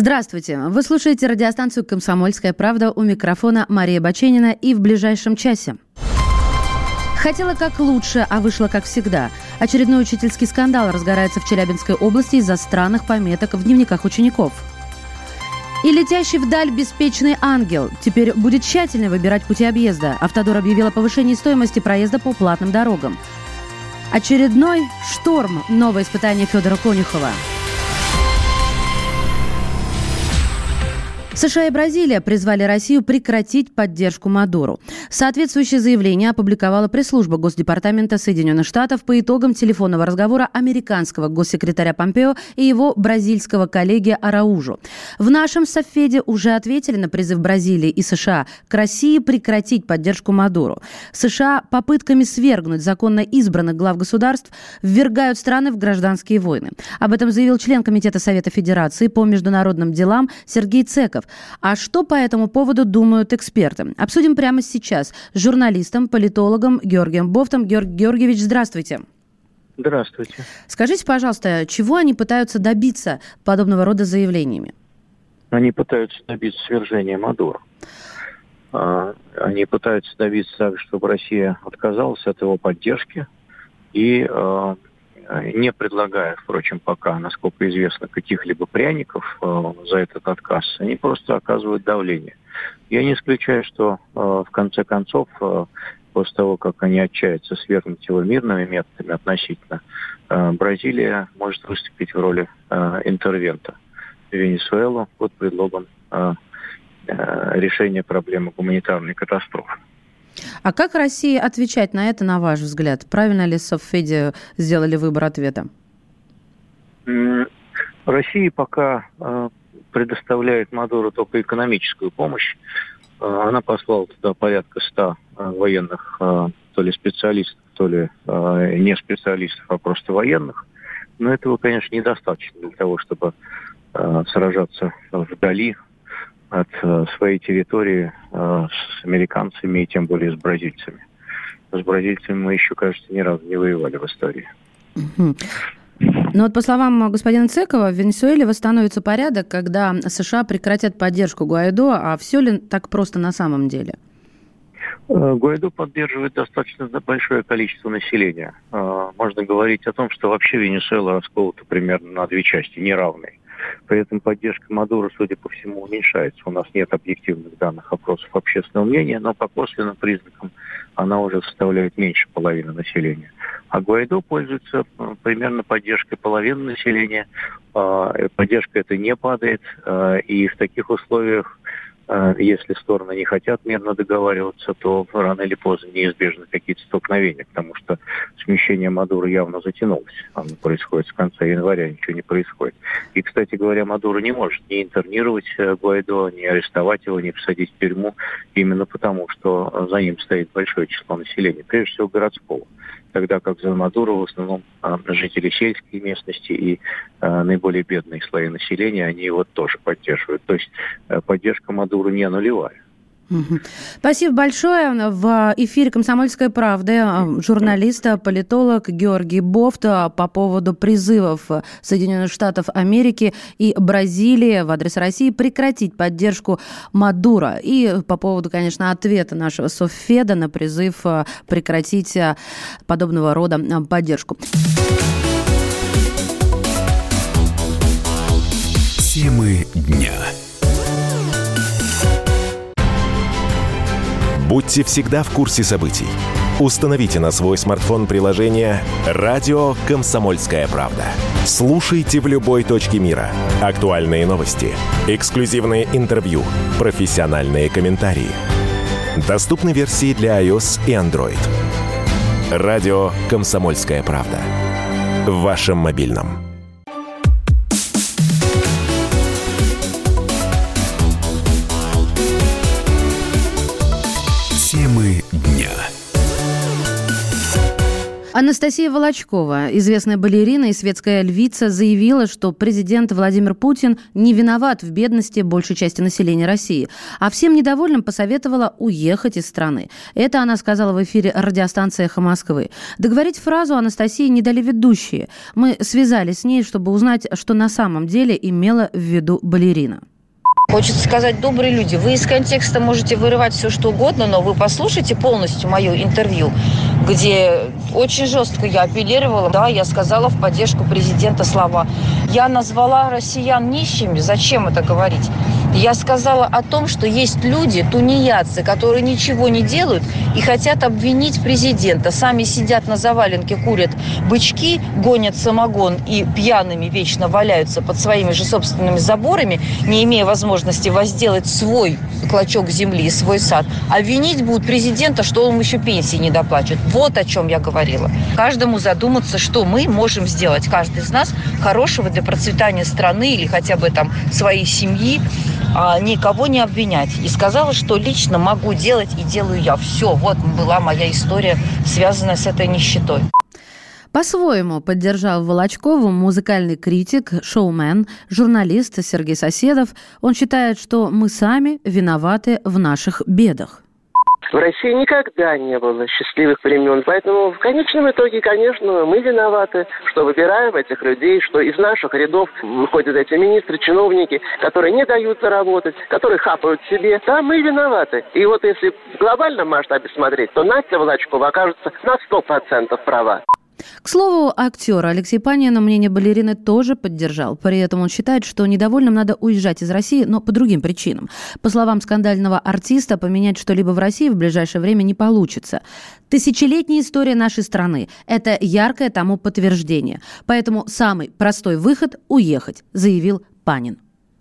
Здравствуйте. Вы слушаете радиостанцию «Комсомольская правда». У микрофона Мария Баченина. И в ближайшем часе. Хотела как лучше, а вышло как всегда. Очередной учительский скандал разгорается в Челябинской области из-за странных пометок в дневниках учеников. И летящий вдаль беспечный ангел теперь будет тщательно выбирать пути объезда. Автодор объявил о повышении стоимости проезда по платным дорогам. Очередной шторм. Новое испытание Федора Конюхова. США и Бразилия призвали Россию прекратить поддержку Мадуру. Соответствующее заявление опубликовала пресс-служба Госдепартамента Соединенных Штатов по итогам телефонного разговора американского госсекретаря Помпео и его бразильского коллеги Араужо. В нашем Совфеде уже ответили на призыв Бразилии и США к России прекратить поддержку Мадуру. США попытками свергнуть законно избранных глав государств ввергают страны в гражданские войны. Об этом заявил член Комитета Совета Федерации по международным делам Сергей Цеков. А что по этому поводу думают эксперты? Обсудим прямо сейчас с журналистом, политологом Георгием Бофтом. Георгий Георгиевич, здравствуйте. Здравствуйте. Скажите, пожалуйста, чего они пытаются добиться подобного рода заявлениями? Они пытаются добиться свержения Мадуро. Они пытаются добиться так, чтобы Россия отказалась от его поддержки и не предлагая, впрочем, пока, насколько известно, каких-либо пряников за этот отказ, они просто оказывают давление. Я не исключаю, что в конце концов, после того, как они отчаятся свергнуть его мирными методами относительно, Бразилия может выступить в роли интервента в Венесуэлу под предлогом решения проблемы гуманитарной катастрофы. А как России отвечать на это, на ваш взгляд? Правильно ли в Совфеде сделали выбор ответа? Россия пока предоставляет Мадуро только экономическую помощь. Она послала туда порядка 100 военных, то ли специалистов, то ли не специалистов, а просто военных. Но этого, конечно, недостаточно для того, чтобы сражаться вдали от своей территории с американцами и тем более с бразильцами. С бразильцами мы еще, кажется, ни разу не воевали в истории. Но вот по словам господина Цекова, в Венесуэле восстановится порядок, когда США прекратят поддержку Гуайдо. А все ли так просто на самом деле? Гуайдо поддерживает достаточно большое количество населения. Можно говорить о том, что вообще Венесуэла расколота примерно на две части, неравные. При этом поддержка Мадуро, судя по всему, уменьшается. У нас нет объективных данных опросов общественного мнения, но по косвенным признакам она уже составляет меньше половины населения. А Гуайдо пользуется примерно поддержкой половины населения. Поддержка эта не падает, и в таких условиях, если стороны не хотят мирно договариваться, то рано или поздно неизбежны какие-то столкновения, потому что смещение Мадуро явно затянулось. Оно происходит с конца января, ничего не происходит. И, кстати говоря, Мадуро не может ни интернировать Гуайдо, ни арестовать его, ни посадить в тюрьму, именно потому, что за ним стоит большое число населения, прежде всего городского. Тогда как за Мадуро в основном жители сельской местности и наиболее бедные слои населения, они его тоже поддерживают. То есть поддержка Мадуро не нулевая. Спасибо большое. В эфире «Комсомольской правды» журналист, политолог Георгий Бофт по поводу призывов Соединенных Штатов Америки и Бразилии в адрес России прекратить поддержку Мадуро. И по поводу, конечно, ответа нашего Совфеда на призыв прекратить подобного рода поддержку. Темы дня. Будьте всегда в курсе событий. Установите на свой смартфон приложение «Радио Комсомольская правда». Слушайте в любой точке мира. Актуальные новости, эксклюзивные интервью, профессиональные комментарии. Доступны версии для iOS и Android. «Радио Комсомольская правда». В вашем мобильном. А Анастасия Волочкова, известная балерина и светская львица, заявила, что президент Владимир Путин не виноват в бедности большей части населения России, а всем недовольным посоветовала уехать из страны. Это она сказала в эфире радиостанции «Эхо Москвы». Договорить фразу Анастасии не дали ведущие. Мы связались с ней, чтобы узнать, что на самом деле имела в виду балерина. Хочется сказать, добрые люди, вы из контекста можете вырывать все, что угодно, но вы послушайте полностью мое интервью, где очень жестко я апеллировала, да, я сказала в поддержку президента слова. Я назвала россиян нищими, зачем это говорить? Я сказала о том, что есть люди, тунеядцы, которые ничего не делают и хотят обвинить президента. Сами сидят на заваленке, курят бычки, гонят самогон и пьяными вечно валяются под своими же собственными заборами, не имея возможности возделать свой клочок земли, свой сад. А винить будут президента, что он еще пенсии не доплачет. Вот о чем я говорила. Каждому задуматься, что мы можем сделать, каждый из нас, хорошего для процветания страны или хотя бы там своей семьи, а никого не обвинять. И сказала, что лично могу делать и делаю я. Все, вот была моя история, связанная с этой нищетой. По-своему поддержал Волочкову музыкальный критик, шоумен, журналист Сергей Соседов. Он считает, что мы сами виноваты в наших бедах. В России никогда не было счастливых времен, поэтому в конечном итоге, конечно, мы виноваты, что выбираем этих людей, что из наших рядов выходят эти министры, чиновники, которые не дают заработать, которые хапают себе. Да, мы виноваты. И вот если в глобальном масштабе смотреть, то Настя Волочкова окажется на 100% права. К слову, актер Алексей Панин мнение балерины тоже поддержал. При этом он считает, что недовольным надо уезжать из России, но по другим причинам. По словам скандального артиста, поменять что-либо в России в ближайшее время не получится. Тысячелетняя история нашей страны – это яркое тому подтверждение. Поэтому самый простой выход – уехать, заявил Панин.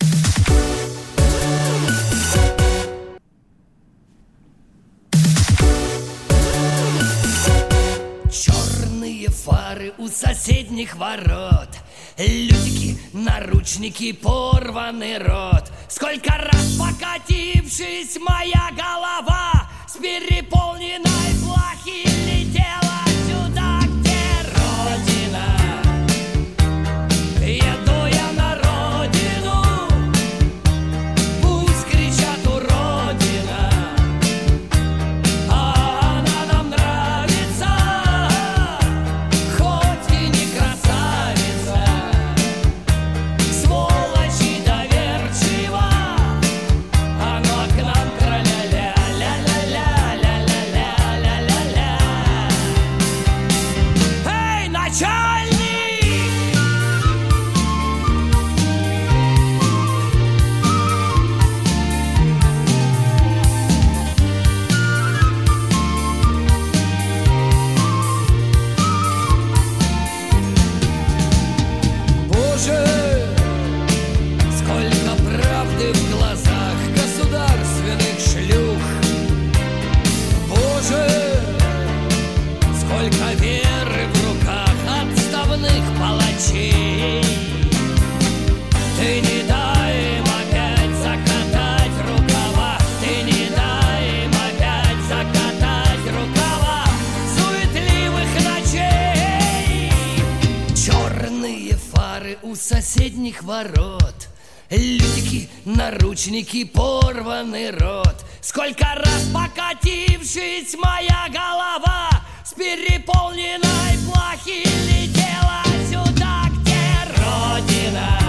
Фары у соседних ворот, лютики, наручники, порванный рот. Сколько раз покатившись моя голова с переполненной плахи летела сюда, где родина. Еду я на родину, пусть кричат уродина, а она нам нравится. Соседних ворот, лютики, наручники, порванный рот. Сколько раз покатившись моя голова с переполненной плахи летела сюда, где родина.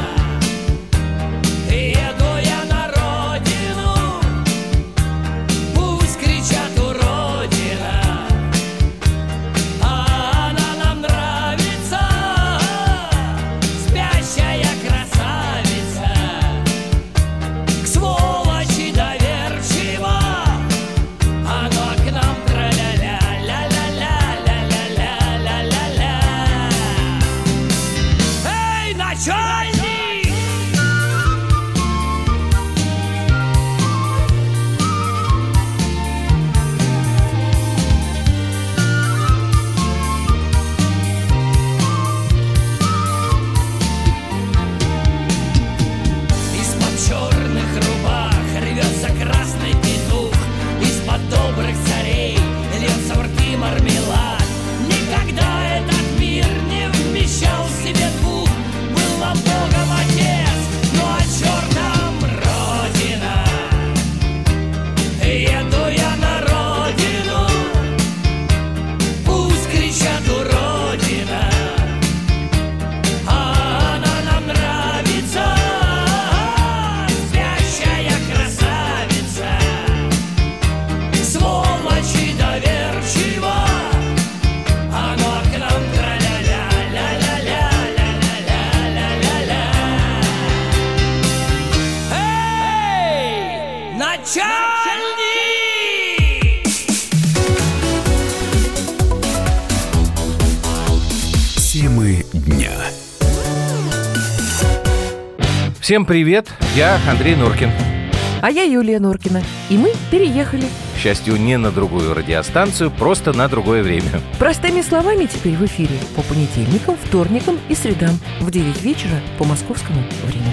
Еду я на родину, пусть кричат уродина, а она нам нравится. Спящая красавица, к сволочи доверчива, оно к нам тра-ля-ля, ля-ля-ля, ля-ля-ля, ля-ля-ля. Темы дня. Всем привет, я Андрей Нуркин. А я Юлия Нуркина. И мы переехали. К счастью, не на другую радиостанцию, просто на другое время. Простыми словами теперь в эфире по понедельникам, вторникам и средам в 9 вечера по московскому времени.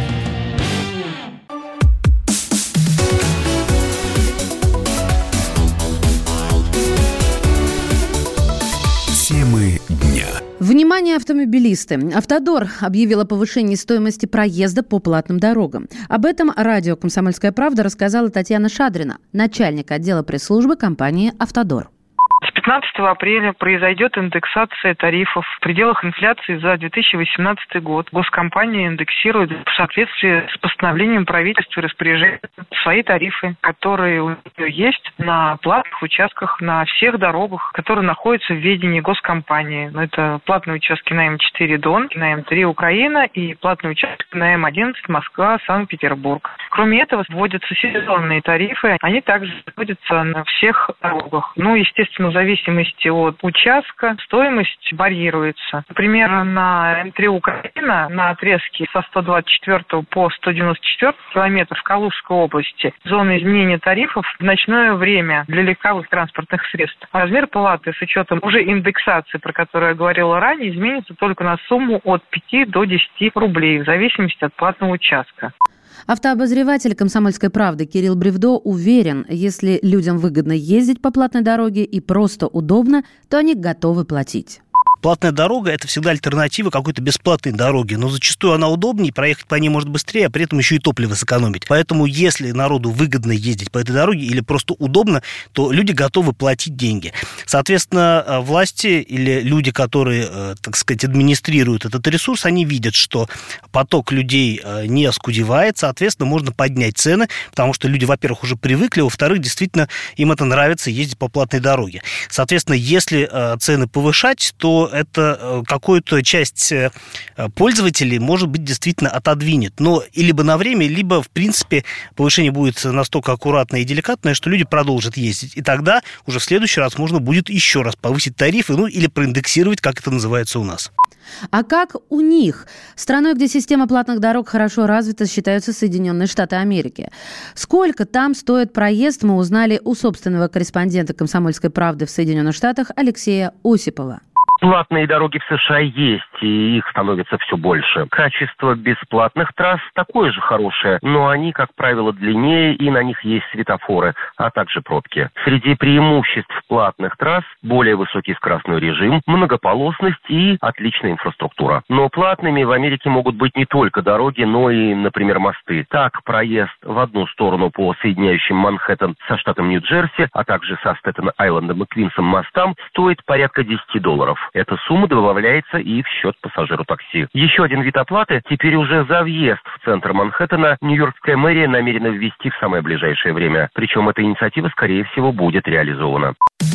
Темы дня. Внимание, автомобилисты! «Автодор» объявил о повышении стоимости проезда по платным дорогам. Об этом радио «Комсомольская правда» рассказала Татьяна Шадрина, начальник отдела пресс-службы компании «Автодор». С 15 апреля произойдет индексация тарифов в пределах инфляции за 2018 год. Госкомпания индексирует в соответствии с постановлением правительства и распоряжением свои тарифы, которые у нее есть на платных участках, на всех дорогах, которые находятся в ведении госкомпании. Это платные участки на М4 Дон, на М3 Украина и платные участки на М11 Москва, Санкт-Петербург. Кроме этого, вводятся сезонные тарифы. Они также вводятся на всех дорогах. Естественно, в зависимости от участка стоимость варьируется. Например, на М3 Украина на отрезке со 124 по 194 километров в Калужской области зона изменения тарифов в ночное время для легковых транспортных средств. Размер платы с учетом уже индексации, про которую я говорила ранее, изменится только на сумму от 5 до 10 рублей в зависимости от платного участка. Автообозреватель «Комсомольской правды» Кирилл Бревдо уверен, если людям выгодно ездить по платной дороге и просто удобно, то они готовы платить. Платная дорога – это всегда альтернатива какой-то бесплатной дороге, но зачастую она удобнее, проехать по ней может быстрее, а при этом еще и топливо сэкономить. Поэтому если народу выгодно ездить по этой дороге или просто удобно, то люди готовы платить деньги. Соответственно, власти или люди, которые, администрируют этот ресурс, они видят, что поток людей не оскудевает, соответственно, можно поднять цены, потому что люди, во-первых, уже привыкли, во-вторых, действительно, им это нравится ездить по платной дороге. Соответственно, если цены повышать, то это какую-то часть пользователей, может быть, действительно отодвинет. Но и либо на время, либо, в принципе, повышение будет настолько аккуратное и деликатное, что люди продолжат ездить. И тогда уже в следующий раз можно будет еще раз повысить тарифы, или проиндексировать, как это называется у нас. А как у них? Страной, где система платных дорог хорошо развита, считаются Соединенные Штаты Америки. Сколько там стоит проезд, мы узнали у собственного корреспондента «Комсомольской правды» в Соединенных Штатах Алексея Осипова. Платные дороги в США есть, и их становится все больше. Качество бесплатных трасс такое же хорошее, но они, как правило, длиннее, и на них есть светофоры, а также пробки. Среди преимуществ платных трасс более высокий скоростной режим, многополосность и отличная инфраструктура. Но платными в Америке могут быть не только дороги, но и, например, мосты. Так, проезд в одну сторону по соединяющим Манхэттен со штатом Нью-Джерси, а также со Стэттен-Айлендом и Квинсом мостам стоит порядка $10. Эта сумма добавляется и в счет пассажиру такси. Еще один вид оплаты теперь уже за въезд в центр Манхэттена Нью-Йоркская мэрия намерена ввести в самое ближайшее время. Причем эта инициатива, скорее всего, будет реализована.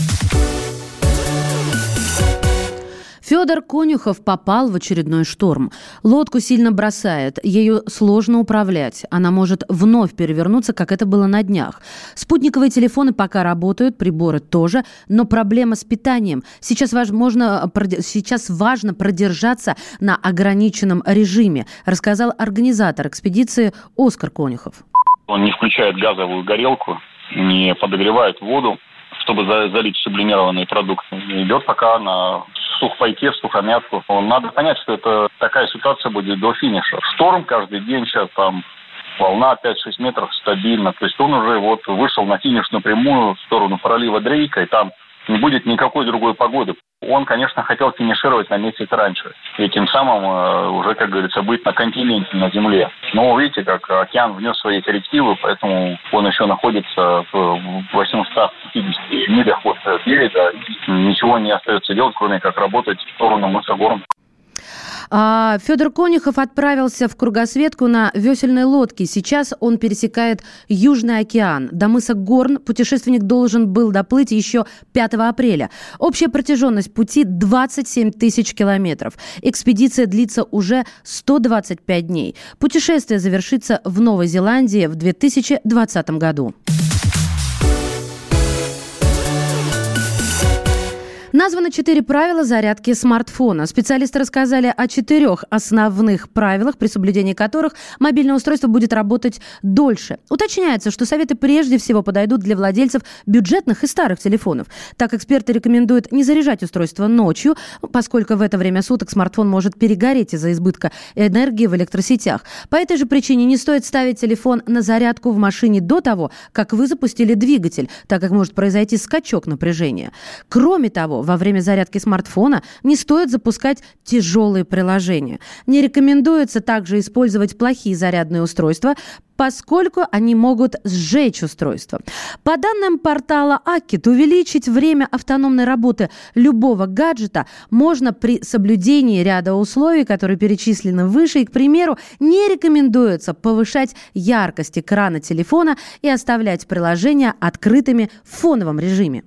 Федор Конюхов попал в очередной шторм. Лодку сильно бросает, ею сложно управлять. Она может вновь перевернуться, как это было на днях. Спутниковые телефоны пока работают, приборы тоже, но проблема с питанием. Сейчас важно продержаться на ограниченном режиме, рассказал организатор экспедиции Оскар Конюхов. Он не включает газовую горелку, не подогревает воду, чтобы залить сублимированные продукты. Идет пока на сухпайке, в сухомятку. Надо понять, что это такая ситуация будет до финиша. Шторм каждый день сейчас, там волна 5-6 метров стабильно. То есть он уже вышел на финишную прямую в сторону пролива Дрейка, и там не будет никакой другой погоды. Он, конечно, хотел финишировать на месяц раньше. И тем самым уже, как говорится, быть на континенте, на земле. Но видите, как океан внес свои коррективы, поэтому он еще находится в 850 милях от берега. Ничего не остается делать, кроме как работать в сторону мыса Горн. Федор Конюхов отправился в кругосветку на весельной лодке. Сейчас он пересекает Южный океан. До мыса Горн путешественник должен был доплыть еще 5 апреля. Общая протяженность пути 27 тысяч километров. Экспедиция длится уже 125 дней. Путешествие завершится в Новой Зеландии в 2020 году. Названо 4 правила зарядки смартфона. Специалисты рассказали о 4 основных правилах, при соблюдении которых мобильное устройство будет работать дольше. Уточняется, что советы прежде всего подойдут для владельцев бюджетных и старых телефонов. Так, эксперты рекомендуют не заряжать устройство ночью, поскольку в это время суток смартфон может перегореть из-за избытка энергии в электросетях. По этой же причине не стоит ставить телефон на зарядку в машине до того, как вы запустили двигатель, так как может произойти скачок напряжения. Кроме того, во время зарядки смартфона не стоит запускать тяжелые приложения. Не рекомендуется также использовать плохие зарядные устройства, поскольку они могут сжечь устройство. По данным портала Аккет, увеличить время автономной работы любого гаджета можно при соблюдении ряда условий, которые перечислены выше. И, к примеру, не рекомендуется повышать яркость экрана телефона и оставлять приложения открытыми в фоновом режиме.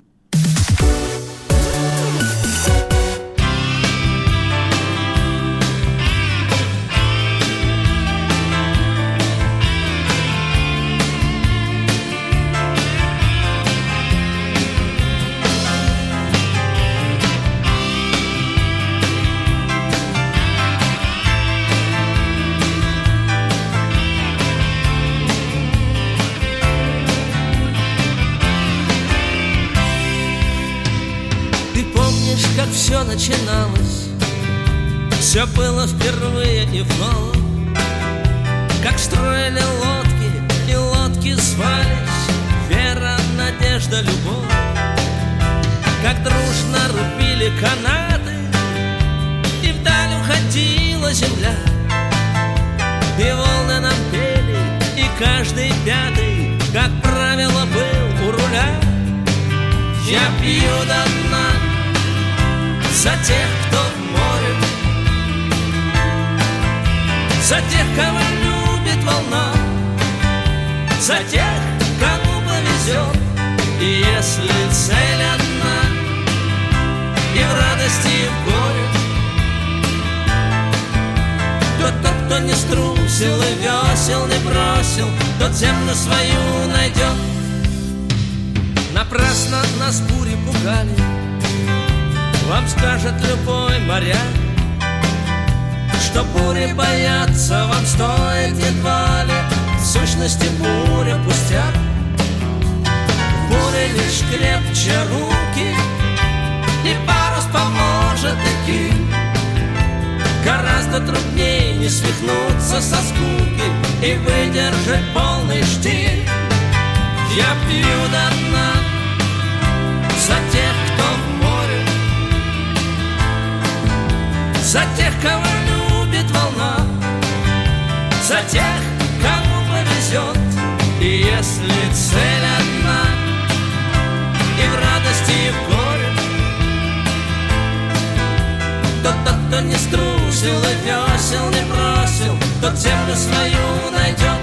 Как все начиналось, все было впервые и вновь. Как строили лодки, и лодки звались вера, надежда, любовь. Как дружно рубили канаты, и вдаль уходила земля. И волны нам пели, и каждый пятый, как правило, был у руля. Я пью до дна за тех, кто в море, за тех, кого любит волна, за тех, кому повезет. И если цель одна, и в радости, и в горе, то тот, кто не струсил и весел не бросил, тот землю свою найдет. Напрасно нас бури пугали, вам скажет любой моряк, что бури бояться вам стоит едва ли, в сущности буря пустяк. В буре лишь крепче руки, и парус поможет идти. Гораздо труднее не свихнуться со скуки и выдержать полный штиль. Я пью до дна за тех, кто в море, за тех, кого любит волна, за тех, кому повезет. И если цель одна, и в радости, и в горе, то тот, кто не струсил и весел не бросил, тот землю свою найдет.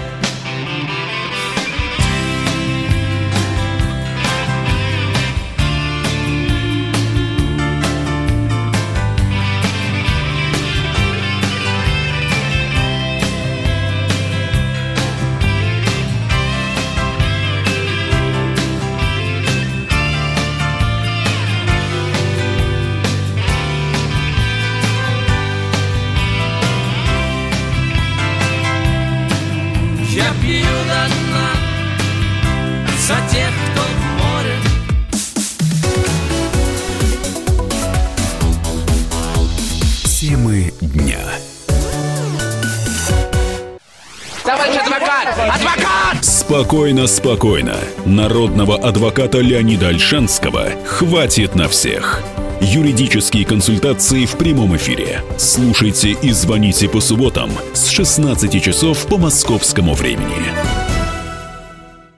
Я пью до дна за тех, кто в море. Темы дня. Товарищ адвокат! Адвокат! Спокойно, спокойно. Народного адвоката Леонида Ольшанского хватит на всех. Юридические консультации в прямом эфире. Слушайте и звоните по субботам с 16 часов по московскому времени.